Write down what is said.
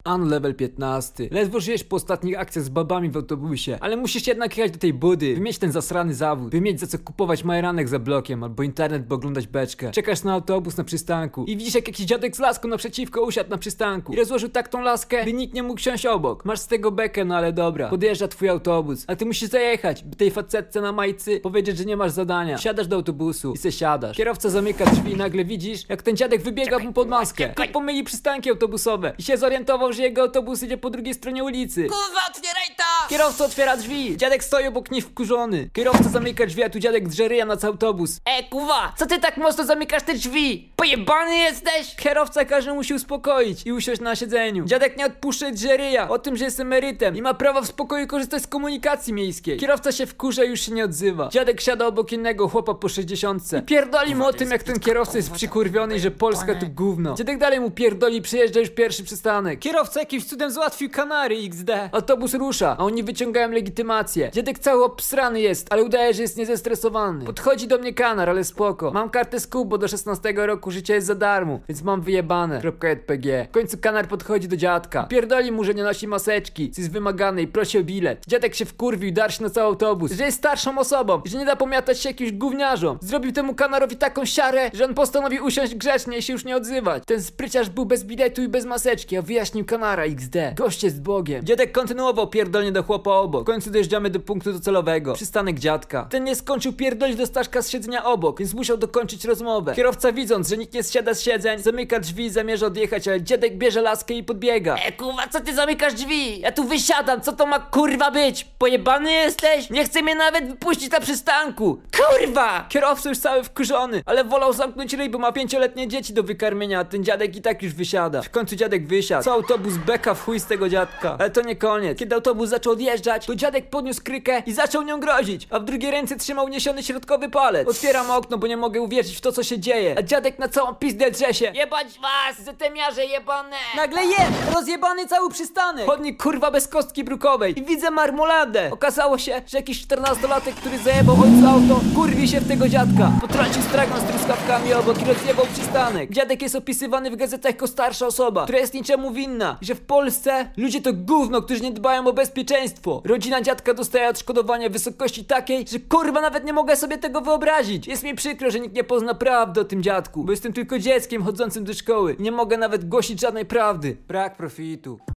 Level 15. Ledwo żyjesz po ostatnich akcjach z babami w autobusie, ale musisz jednak jechać do tej budy, by mieć ten zasrany zawód, by mieć za co kupować majeranek za blokiem, albo internet, by oglądać beczkę. Czekasz na autobus na przystanku i widzisz, jak jakiś dziadek z laską naprzeciwko usiadł na przystanku i rozłożył tak tą laskę, by nikt nie mógł siąść obok. Masz z tego bekę, no ale dobra. Podjeżdża twój autobus, ale ty musisz zajechać, by tej facetce na majcy powiedzieć, że nie masz zadania. Siadasz do autobusu i se siadasz. Kierowca zamyka drzwi i nagle widzisz, jak ten dziadek wybiega mu pod maskę. I pomyli przystanki autobusowe i się zorientował, że jego autobus idzie po drugiej stronie ulicy. Kurwa, otwieraj to! Kierowca otwiera drzwi. Dziadek stoi obok niej wkurzony. Kierowca zamyka drzwi, a tu dziadek drze ryja na cały autobus. Kurwa, co ty tak mocno zamykasz te drzwi? Pojebany jesteś? Kierowca każe mu się uspokoić i usiąść na siedzeniu. Dziadek nie odpuszcza i drze ryja o tym, że jest emerytem i ma prawo w spokoju korzystać z komunikacji miejskiej. Kierowca się wkurza i już się nie odzywa. Dziadek siada obok innego chłopa po 60 i pierdoli mu o tym, jak ten kierowca jest przykurwiony i że Polska to gówno. Dziadek dalej mu pierdoli i przyjeżdża już pierwszy przystanek. Kierowca jakimś cudem załatwił Kanary XD. Autobus rusza, a oni wyciągają legitymację. Dziadek cały obsrany jest, ale udaje, że jest niezestresowany. Podchodzi do mnie kanar, ale spoko. Mam kartę z kół, bo do 16 roku życia jest za darmo, więc mam wyjebane. .jpg. W końcu kanar podchodzi do dziadka. Pierdoli mu, że nie nosi maseczki, co jest wymagane i prosi o bilet. Dziadek się wkurwił i darł się na cały autobus, że jest starszą osobą i że nie da pomiatać się jakimś gówniarzom. Zrobił temu kanarowi taką siarę, że on postanowił usiąść grzecznie i się już nie odzywać. Ten spryciarz był bez biletu i bez maseczki, a wyjaśnił kanara XD. Gość jest Bogiem. Dziadek kontynuował pierdolnie do chłopa obok. W końcu dojeżdżamy do punktu docelowego. Przystanek dziadka. Ten nie skończył pierdolić do Staszka z siedzenia obok, więc musiał dokończyć rozmowę. Kierowca, widząc, że nikt nie zsiada z siedzeń, zamyka drzwi i zamierza odjechać, ale dziadek bierze laskę i podbiega. Kurwa, co ty zamykasz drzwi? Ja tu wysiadam, co to ma kurwa być? Pojebany jesteś? Nie chce mnie nawet wypuścić na przystanku. Kurwa! Kierowca już cały wkurzony, ale wolał zamknąć ryj, bo ma 5-letnie dzieci do wykarmienia, a ten dziadek i tak już wysiada. W końcu dziadek wysiadł. Co autobus beka w chuj z tego dziadka. Ale to nie koniec. Kiedy autobus zaczął odjeżdżać, to dziadek podniósł krykę i zaczął nią grozić, a w drugiej ręce trzymał niesiony środkowy palec. Otwieram okno, bo nie mogę uwierzyć w to, co się dzieje, a dziadek na całą pizdę drze się. Jebać was, zetemiarze jebane! Nagle rozjebany cały przystanek. Chodnik kurwa bez kostki brukowej i widzę marmoladę. Okazało się, że jakiś 14-latek, który zajebał ojcu auto, kurwi się w tego dziadka. Potrącił stragan z truskawkami obok i rozjebał przystanek. Dziadek jest opisywany w gazetach jako starsza osoba, która jest niczemu winna i że w Polsce ludzie to gówno, którzy nie dbają o bezpieczeństwo. Rodzina dziadka dostaje odszkodowania w wysokości takiej, że kurwa nawet nie mogę sobie tego wyobrazić. Jest mi przykro, że nikt nie pozna prawdy o tym dziadku, bo jestem tylko dzieckiem chodzącym do szkoły i nie mogę nawet głosić żadnej prawdy. Brak profitu.